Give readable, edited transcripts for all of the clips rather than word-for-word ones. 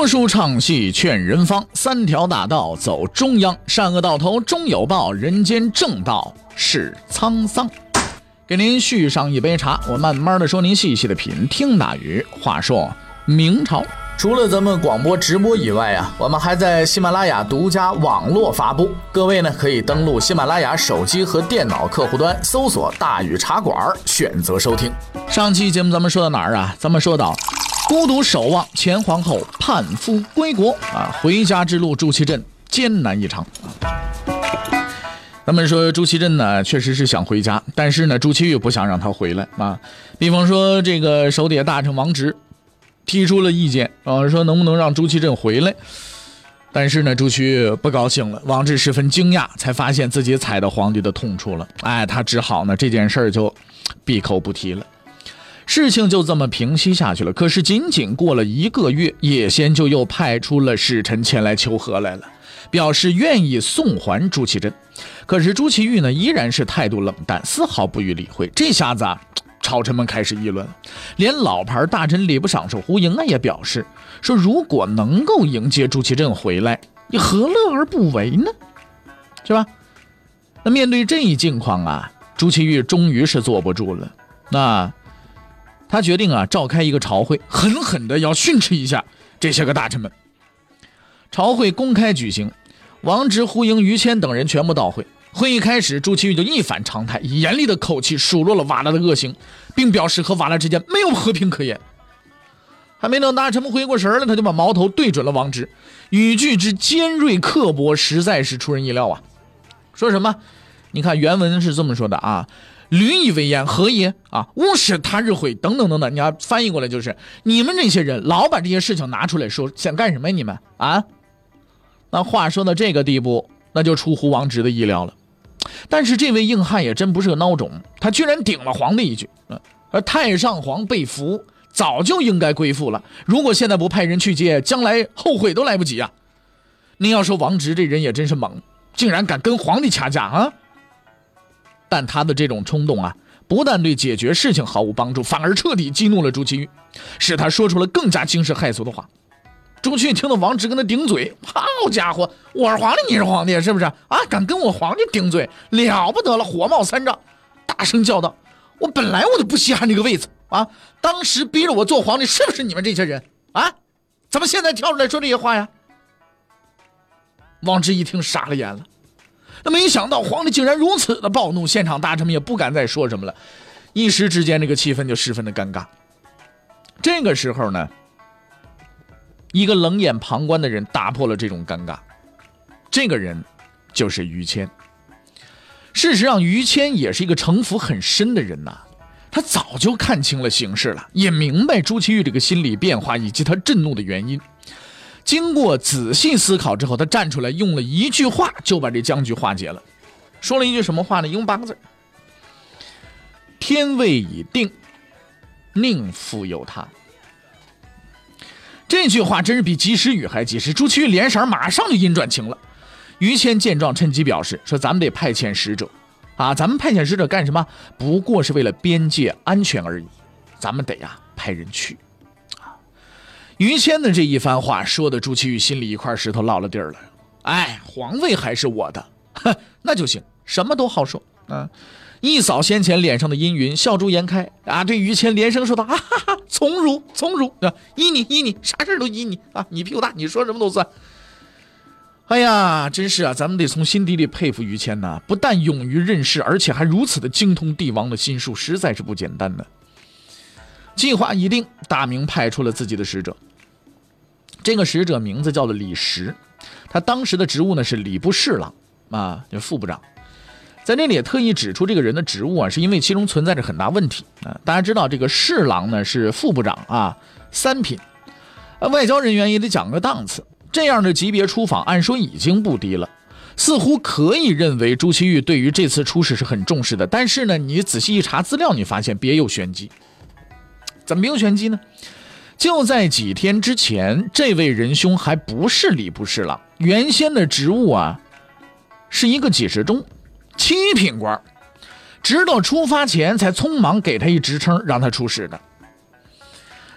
书唱戏劝人方，三条大道走中央，善恶到头终有报，人间正道是沧桑。给您续上一杯茶，我慢慢的说，您细细的品。听大禹。话说明朝，除了咱们广播直播以外啊，我们还在喜马拉雅独家网络发布。各位呢，可以登录喜马拉雅手机和电脑客户端，搜索大禹茶馆，选择收听。上期节目咱们说到哪儿啊？咱们说到孤独守望前皇后叛夫归国啊，回家之路朱祁镇艰难异常啊。咱们说朱祁镇呢，确实是想回家，但是呢，朱祁钰不想让他回来啊。比方说这个手底下大臣王直提出了意见啊，说能不能让朱祁镇回来？但是呢，朱祁钰不高兴了。王直十分惊讶，才发现自己踩到皇帝的痛处了。哎，他只好呢这件事就闭口不提了。事情就这么平息下去了。可是仅仅过了1个月，叶先就又派出了使臣前来求和来了，表示愿意送还朱祁镇。可是朱祁钰呢，依然是态度冷淡，丝毫不予理会。这下子啊，朝臣们开始议论了。连老牌大臣礼部尚书胡盈也表示说，如果能够迎接朱祁镇回来，你何乐而不为呢？是吧？那面对这一境况啊，朱祁钰终于是坐不住了。那他决定啊，召开一个朝会，狠狠的要训斥一下这些个大臣们。朝会公开举行，王直、胡盈、于谦等人全部到会。会议开始，朱祁钰就一反常态，以严厉的口气数落了瓦剌的恶行，并表示和瓦剌之间没有和平可言。还没等大臣们回过神来，他就把矛头对准了王直，语句之尖锐刻薄，实在是出人意料啊。说什么？你看原文是这么说的啊，吕以为言何也啊？勿使他日悔等等等等。你要翻译过来就是，你们这些人老把这些事情拿出来说，想干什么呀？你们啊？那话说到这个地步，那就出乎王直的意料了。但是这位硬汉也真不是个孬种，他居然顶了皇帝一句，而太上皇被俘，早就应该归附了。如果现在不派人去接，将来后悔都来不及啊！您要说王直这人也真是猛，竟然敢跟皇帝掐架啊！但他的这种冲动啊，不但对解决事情毫无帮助，反而彻底激怒了朱祁钰，使他说出了更加惊世骇俗的话。朱祁钰听到王直跟他顶嘴，好家伙，我是皇帝，你是皇帝，是不是啊？敢跟我皇帝顶嘴，了不得了，火冒三丈，大声叫道：我本来我就不稀罕这个位子啊！当时逼着我做皇帝，是不是你们这些人啊？怎么现在跳出来说这些话呀？王直一听傻了眼了。那没想到皇帝竟然如此的暴怒，现场大臣们也不敢再说什么了，一时之间这个气氛就十分的尴尬。这个时候呢，一个冷眼旁观的人打破了这种尴尬，这个人就是于谦。事实上，于谦也是一个城府很深的人呐，他早就看清了形势了，也明白朱祁钰这个心理变化以及他震怒的原因。经过仔细思考之后，他站出来用了一句话就把这僵局化解了。说了一句什么话呢？用8个字：天位已定，宁复有他。这句话真是比及时雨还及时，朱祁钰脸色马上就阴转晴了。于谦见状趁机表示说，咱们得派遣使者啊，咱们派遣使者干什么？不过是为了边界安全而已，咱们得派人去。于谦的这一番话说的朱祁钰心里一块石头落了地儿了。哎，皇位还是我的，那就行，什么都好说啊！一扫先前脸上的阴云，笑逐颜开啊！对于谦连声说道：哈哈，从容从容啊，依你，啥事都依你啊！你屁股大，你说什么都算。哎呀，真是啊，咱们得从心底里佩服于谦呐，不但勇于任事，而且还如此的精通帝王的心术，实在是不简单的。计划已定，大明派出了自己的使者。这个使者名字叫做李实，他当时的职务呢是礼部侍郎啊，就副部长。在这里也特意指出这个人的职务啊，是因为其中存在着很大问题啊。大家知道这个侍郎呢是副部长啊，3品，外交人员也得讲个档次。这样的级别出访，按说已经不低了，似乎可以认为朱祁钰对于这次出使是很重视的。但是呢，你仔细一查资料，你发现别有玄机。怎么别有玄机呢？就在几天之前，这位仁兄还不是礼部侍郎，原先的职务啊是一个给事中，7品官，直到出发前才匆忙给他一职称，让他出使的。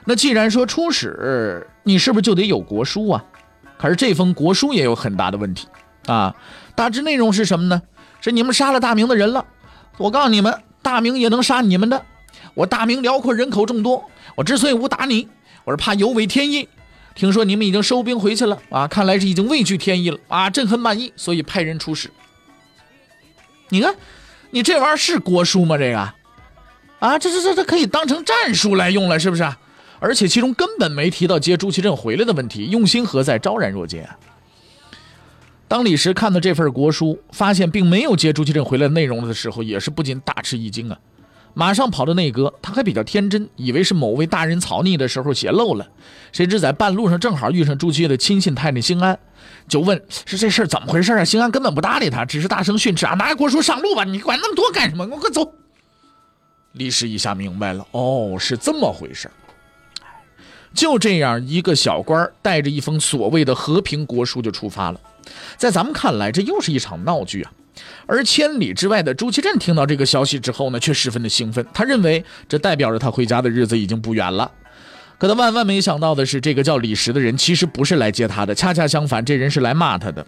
那既然说出使，你是不是就得有国书啊？可是这封国书也有很大的问题啊！大致内容是什么呢？是你们杀了大明的人了，我告诉你们，大明也能杀你们的。我大明辽阔，人口众多，我之所以不打你，我是怕有违天意。听说你们已经收兵回去了啊，看来是已经畏惧天意了啊，朕很满意，所以派人出使。你看，你这玩意儿是国书吗？这个啊，这可以当成战书来用了，是不是？而且其中根本没提到接朱祁镇回来的问题，用心何在？昭然若揭。当李实看到这份国书，发现并没有接朱祁镇回来的内容的时候，也是不禁大吃一惊啊！马上跑到内阁，他还比较天真，以为是某位大人草拟的时候写漏了，谁知在半路上正好遇上朱祁的亲信太监兴安，就问是这事怎么回事啊？兴安根本不搭理他，只是大声训斥啊，拿国书上路吧，你管那么多干什么？我快走！李实一下明白了，哦，是这么回事。就这样，一个小官带着一封所谓的和平国书就出发了。在咱们看来，这又是一场闹剧啊！而千里之外的朱祁镇听到这个消息之后呢，却十分的兴奋。他认为这代表着他回家的日子已经不远了。可他万万没想到的是，这个叫李实的人其实不是来接他的，恰恰相反，这人是来骂他的。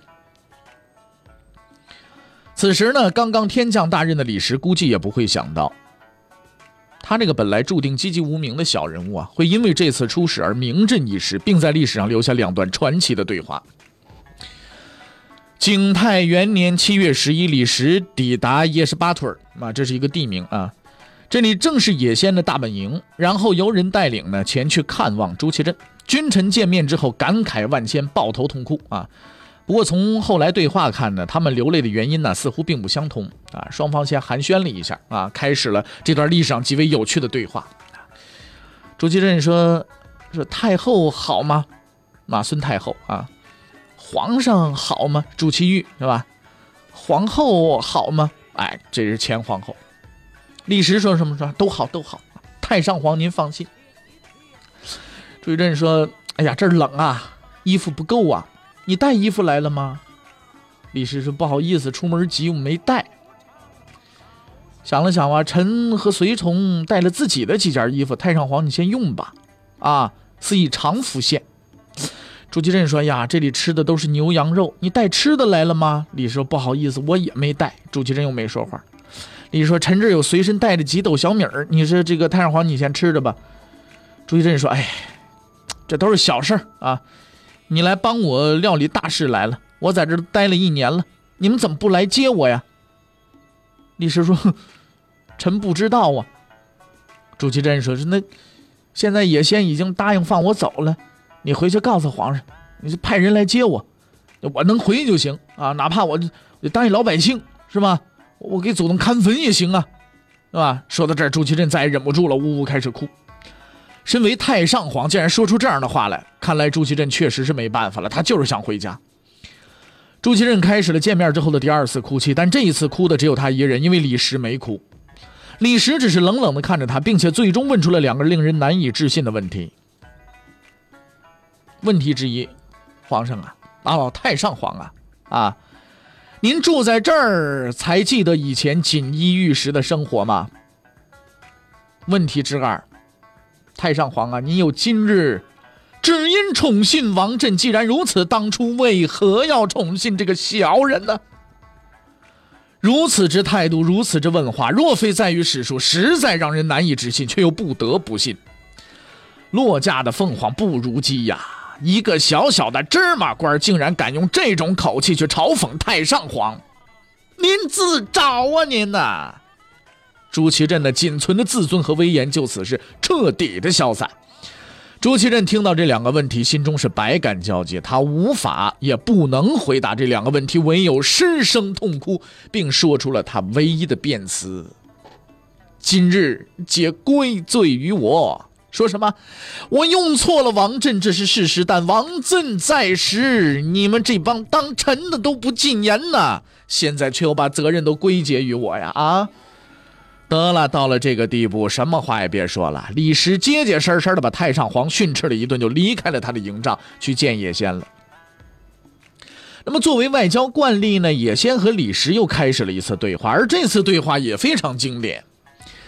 此时呢，刚刚天降大任的李实估计也不会想到，他这个本来注定籍籍无名的小人物啊，会因为这次出使而名震一时，并在历史上留下2段传奇的对话。景泰元年7月11，李实抵达耶什巴屯啊，这是一个地名啊，这里正是野先的大本营。然后由人带领呢前去看望朱祁镇，君臣见面之后感慨万千，抱头痛哭啊。不过从后来对话看呢，他们流泪的原因呢似乎并不相同啊。双方先寒暄了一下啊，开始了这段历史上极为有趣的对话。朱祁镇说太后好吗？孙太后啊。皇上好吗？朱祁钰是吧？皇后好吗？哎，这是前皇后。李实说什么？说都好都好，太上皇您放心。朱祁镇说：“哎呀，这儿冷啊，衣服不够啊，你带衣服来了吗？”李实说：“不好意思，出门急，我没带。”想了想啊，臣和随从带了自己的几件衣服，太上皇你先用吧。啊，赐以常服献。朱祁镇说：“呀，这里吃的都是牛羊肉，你带吃的来了吗？”李实说：“不好意思，我也没带。”朱祁镇又没说话。李实说：“臣这有随身带着几斗小米儿，你说这个太上皇你先吃着吧。”朱祁镇说：“哎，这都是小事啊，你来帮我料理大事来了，我在这待了1年了，你们怎么不来接我呀？”李实说：“臣不知道啊。”朱祁镇说：“那现在野先已经答应放我走了。你回去告诉皇上，你就派人来接我，我能回去就行啊，哪怕我当一老百姓是吧？我给祖宗看坟也行啊，是吧？”说到这儿，朱祁镇再也忍不住了，呜呜开始哭。身为太上皇，竟然说出这样的话来，看来朱祁镇确实是没办法了，他就是想回家。朱祁镇开始了见面之后的第2次哭泣，但这一次哭的只有他一人，因为李实没哭。李实只是冷冷地看着他，并且最终问出了2个令人难以置信的问题。问题之一，皇上啊，太上皇啊，您住在这儿才记得以前锦衣玉食的生活吗？问题之2，太上皇啊，您有今日，只因宠信王振，既然如此，当初为何要宠信这个小人呢？如此之态度，如此之问话，若非在于史书，实在让人难以置信，却又不得不信。落架的凤凰不如鸡呀！一个小小的芝麻官竟然敢用这种口气去嘲讽太上皇，您自找啊您呐！朱祁镇的仅存的自尊和威严就此是彻底的消散。朱祁镇听到这2个问题，心中是百感交集，他无法也不能回答这2个问题，唯有失声痛哭，并说出了他唯一的辩词：“今日皆归罪于我。”说什么？我用错了王振，这是事实，但王振在时，你们这帮当臣的都不进言呐，现在却又把责任都归结于我呀！啊，得了，到了这个地步，什么话也别说了。李实结结实实的把太上皇训斥了一顿，就离开了他的营帐，去见野先了。那么作为外交惯例呢，野先和李实又开始了一次对话，而这次对话也非常经典。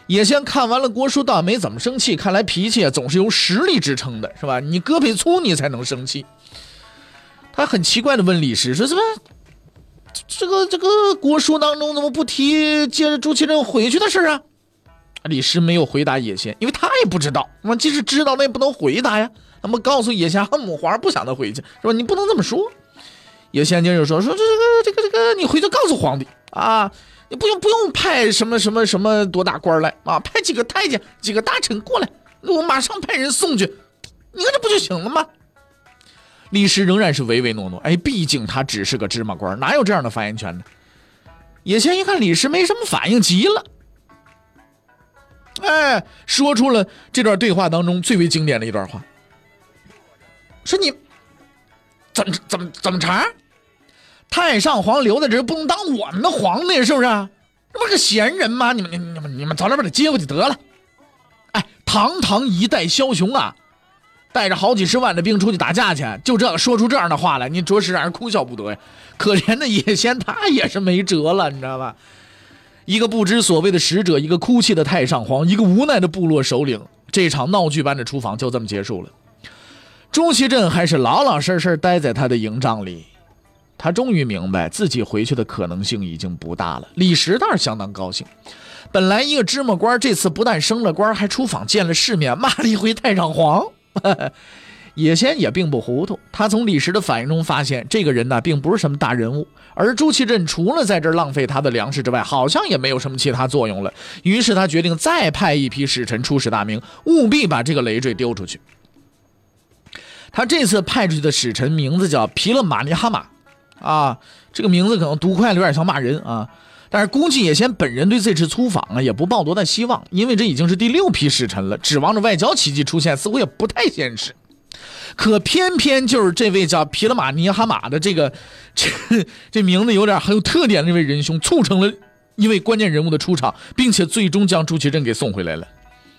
野仙看完了国书，倒没怎么生气，看来脾气总是由实力支撑的，是吧？你胳膊粗，你才能生气。他很奇怪的问李石说：“怎么这个国书当中怎么不提接着朱祁镇回去的事啊？”李石没有回答野仙，因为他也不知道。那么即使知道，那也不能回答呀。那么告诉野仙，母皇不想他回去，是吧？你不能这么说。野仙接着说：“这个，你回去告诉皇帝啊。”你不用派什么多大官来啊，派几个太监几个大臣过来，我马上派人送去，你看这不就行了吗？李石仍然是唯唯诺诺，毕竟他只是个芝麻官，哪有这样的发言权呢？野仙一看李石没什么反应，急了，说出了这段对话当中最为经典的一段话，说你怎么茬？太上皇留在这不能当我们的皇帝，是不是？这不是个闲人吗？你们早点把他接过去得了。堂堂一代枭雄啊，带着好几十万的兵出去打架去，就这说出这样的话来，你着实让人哭笑不得呀。可怜的野仙他也是没辙了，你知道吧？一个不知所谓的使者，一个哭泣的太上皇，一个无奈的部落首领，这场闹剧般的出访就这么结束了。朱祁镇还是老老实实待在他的营帐里。他终于明白自己回去的可能性已经不大了。李石倒是相当高兴，本来一个芝麻官，这次不但升了官，还出访见了世面，骂了一回太上皇。野仙也并不糊涂，他从李石的反应中发现，这个人呢并不是什么大人物，而朱祁镇除了在这儿浪费他的粮食之外，好像也没有什么其他作用了。于是他决定再派一批使臣出使大明，务必把这个累赘丢出去。他这次派出去的使臣名字叫皮勒马尼哈马。这个名字可能读快了有点像骂人啊，但是估计野仙本人对这次出访也不抱多大希望，因为这已经是第6批使臣了，指望着外交奇迹出现似乎也不太现实。可偏偏就是这位叫皮勒马尼哈马的这名字很有特点的这位仁兄，促成了一位关键人物的出场，并且最终将朱祁镇给送回来了。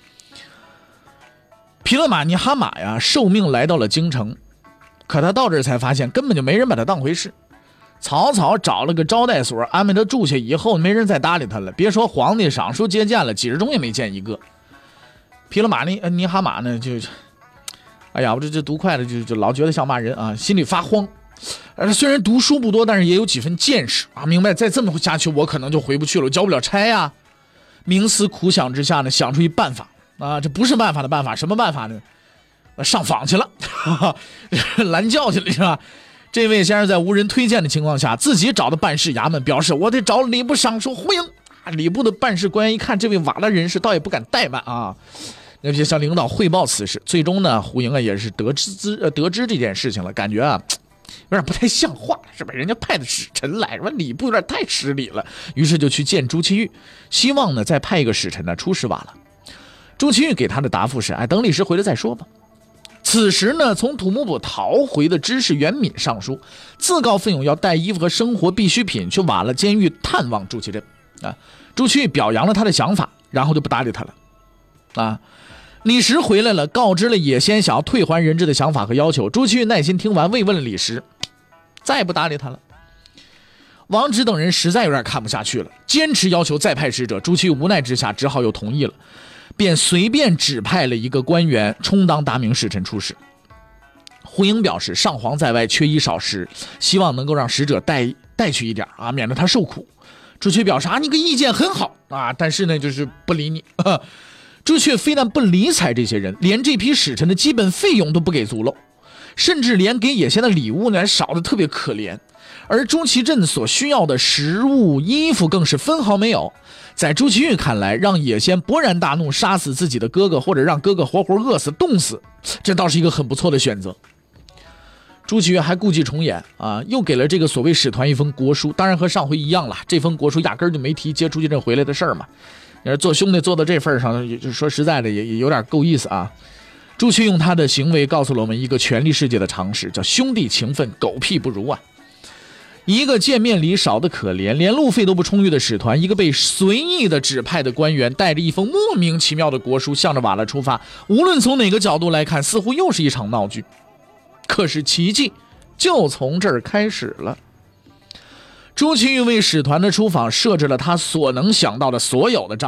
皮勒马尼哈马呀，受命来到了京城，可他到这儿才发现根本就没人把他当回事。草草找了个招待所安排他住下以后，没人再搭理他了。别说皇帝赏书接见了，几十钟也没见一个。皮勒马尼哈马呢，我这读快了就老觉得像骂人啊，心里发慌。虽然读书不多，但是也有几分见识啊，明白再这么下去我可能就回不去了，我交不了差呀。冥思苦想之下呢，想出一办法啊，这不是办法的办法，什么办法呢？上访去了，拦轿去了，是吧？这位先生在无人推荐的情况下，自己找的办事衙门，表示我得找礼部尚书胡营。礼部的办事官员一看这位瓦剌人士，倒也不敢怠慢啊，那就向领导汇报此事。最终呢，胡营也是得知这件事情了，感觉有点不太像话，是吧？人家派的使臣来，礼部有点太失礼了，于是就去见朱祁钰，希望呢再派一个使臣呢出使瓦剌。朱祁钰给他的答复是：等李石回来再说吧。此时呢，从土木堡逃回的知事袁敏上书，自告奋勇要带衣服和生活必需品去瓦剌监狱探望朱祁镇。朱祁钰表扬了他的想法，然后就不搭理他了。李石回来了，告知了野仙想要退还人质的想法和要求。朱祁钰耐心听完，慰问了李石，再也不搭理他了。王直等人实在有点看不下去了，坚持要求再派使者。朱祁钰无奈之下，只好又同意了。便随便指派了一个官员充当大明使臣出使。胡营表示，上皇在外缺衣少食，希望能够让使者带去一点免得他受苦。朱祁表示你个意见很好但是呢就是不理你。朱祁非但不理睬这些人，连这批使臣的基本费用都不给足漏，甚至连给野仙的礼物呢少得特别可怜。而朱祁镇所需要的食物衣服更是分毫没有。在朱祁钰看来，让野仙勃然大怒，杀死自己的哥哥，或者让哥哥活活饿死冻死，这倒是一个很不错的选择。朱祁钰还故伎重演又给了这个所谓使团一封国书，当然和上回一样了，这封国书压根就没提接朱祁镇回来的事儿嘛。做兄弟做到这份上，也说实在的也有点够意思啊。朱祁用他的行为告诉了我们一个权力世界的常识，叫兄弟情分狗屁不如啊。一个见面礼少得可怜，连路费都不充裕的使团，一个被随意的指派的官员，带着一封莫名其妙的国书向着瓦剌出发，无论从哪个角度来看，似乎又是一场闹剧。可是奇迹就从这儿开始了。朱祁钰为使团的出访设置了他所能想到的所有的障碍，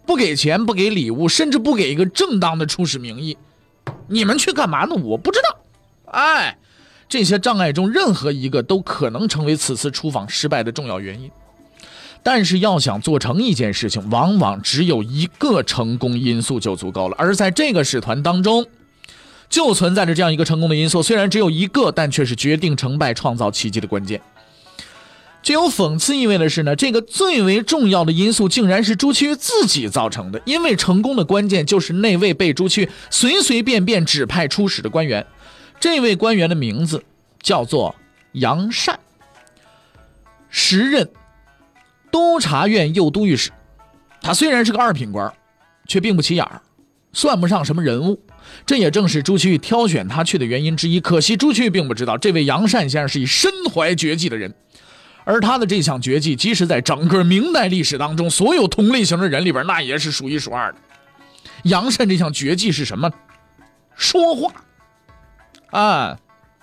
不给钱，不给礼物，甚至不给一个正当的出使名义，你们去干嘛呢？我不知道。哎，这些障碍中任何一个都可能成为此次出访失败的重要原因。但是要想做成一件事情，往往只有一个成功因素就足够了。而在这个使团当中，就存在着这样一个成功的因素，虽然只有一个，但却是决定成败、创造奇迹的关键。具有讽刺意味的是呢，这个最为重要的因素竟然是朱祁钰自己造成的。因为成功的关键就是那位被朱祁钰随随便便指派出使的官员，这位官员的名字叫做杨善，时任督察院右都御史。他虽然是个二品官，却并不起眼儿，算不上什么人物。这也正是朱祁钰挑选他去的原因之一。可惜朱祁钰并不知道，这位杨善先生是以身怀绝技的人，而他的这项绝技即使在整个明代历史当中所有同类型的人里边，那也是数一数二的。杨善这项绝技是什么？说话啊！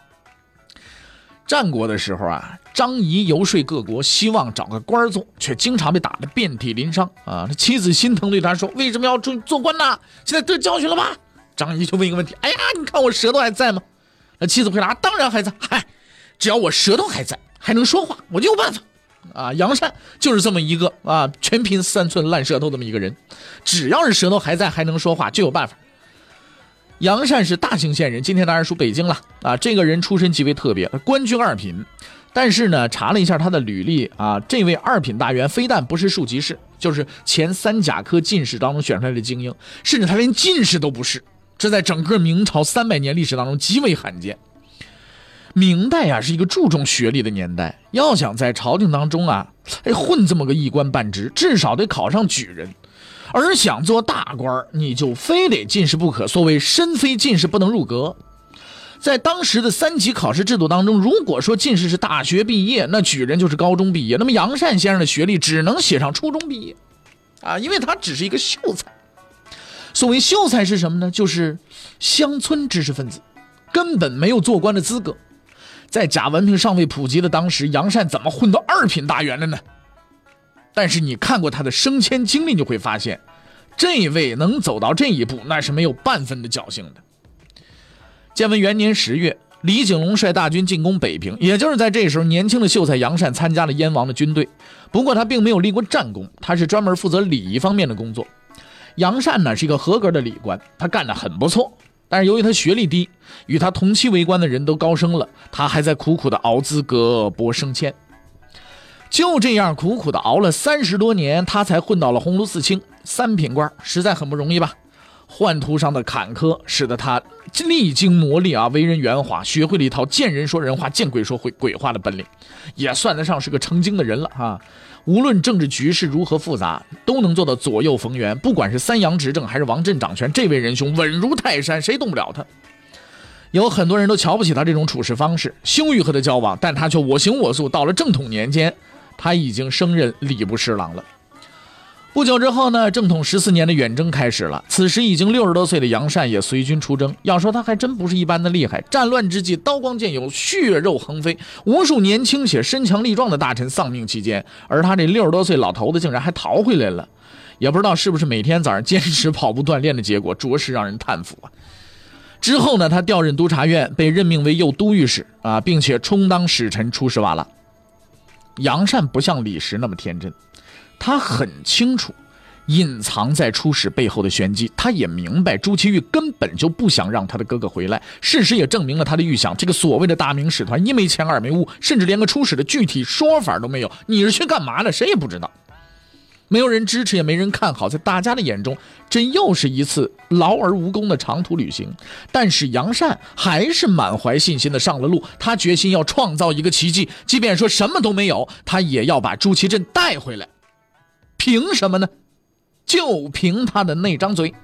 战国的时候啊，张仪游说各国，希望找个官做，却经常被打得遍体鳞伤啊。他妻子心疼对他说：“为什么要做官呢？现在得教训了吧？”张仪就问一个问题：“哎呀，你看我舌头还在吗？”那妻子回答：“当然还在。嗨，只要我舌头还在，还能说话，我就有办法。”啊，杨善就是这么一个啊，全凭3寸烂舌头这么一个人，只要是舌头还在，还能说话，就有办法。杨善是大兴县人，今天当然属北京了啊。这个人出身极为特别，官居2品，但是呢，查了一下他的履历啊，这位2品大员非但不是庶吉士，就是前3甲科进士当中选出来的精英，甚至他连进士都不是，这在整个明朝300年历史当中极为罕见。明代啊是一个注重学历的年代，要想在朝廷当中啊，混这么个一官半职，至少得考上举人。而想做大官，你就非得进士不可，所谓身非进士不能入阁。在当时的3级考试制度当中，如果说进士是大学毕业，那举人就是高中毕业，那么杨善先生的学历只能写上初中毕业啊，因为他只是一个秀才。所谓秀才是什么呢？就是乡村知识分子，根本没有做官的资格。在假文凭尚未普及的当时，杨善怎么混到2品大员的呢？但是你看过他的升迁经历，就会发现这位能走到这一步，那是没有半分的侥幸的。建文元年10月，李景龙率大军进攻北平，也就是在这时候，年轻的秀才杨善参加了燕王的军队。不过他并没有立过战功，他是专门负责礼仪方面的工作。杨善呢是一个合格的礼官，他干得很不错。但是由于他学历低，与他同期为官的人都高升了，他还在苦苦的熬资格搏升迁。就这样苦苦的熬了30多年，他才混到了鸿胪4卿3品官，实在很不容易吧。宦途上的坎坷使得他历经磨砺啊，为人圆滑，学会了一套见人说人话，见鬼说鬼话的本领，也算得上是个成精的人了啊。无论政治局势如何复杂，都能做到左右逢源。不管是3杨执政还是王振掌权，这位仁兄稳如泰山，谁动不了他。有很多人都瞧不起他这种处事方式，羞于和他交往，但他却我行我素。到了正统年间，他已经升任礼部侍郎了。不久之后呢，正统14年的远征开始了。此时已经60多岁的杨善也随军出征。要说他还真不是一般的厉害，战乱之际，刀光剑影，血肉横飞，无数年轻且身强力壮的大臣丧命期间，而他这60多岁老头子竟然还逃回来了。也不知道是不是每天早上坚持跑步锻炼的结果，着实让人叹服啊。之后呢，他调任督察院，被任命为右都御史啊，并且充当使臣出使瓦剌。杨善不像李时那么天真，他很清楚隐藏在出使背后的玄机，他也明白朱祁钰根本就不想让他的哥哥回来。事实也证明了他的预想，这个所谓的大明使团一没钱二没物，甚至连个出使的具体说法都没有，你是去干嘛的谁也不知道，没有人支持也没人看好，在大家的眼中真又是一次劳而无功的长途旅行。但是杨善还是满怀信心的上了路，他决心要创造一个奇迹，即便说什么都没有，他也要把朱祁镇带回来。凭什么呢？就凭他的那张嘴。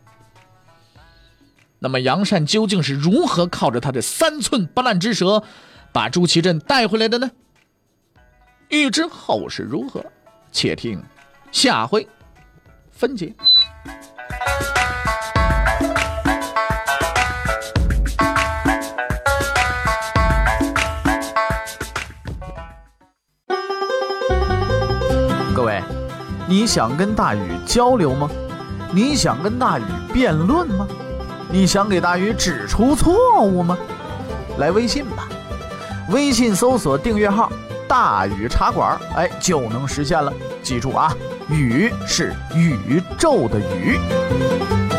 那么杨善究竟是如何靠着他的3寸不烂之舌把朱祁镇带回来的呢？欲知后事如何，且听下回分解。 各位， 你想跟大禹交流吗？你想跟大禹辩论吗？你想给大禹指出错误吗？来微信吧，微信搜索订阅号大禹茶馆，就能实现了。记住啊，禹是宇宙的宇。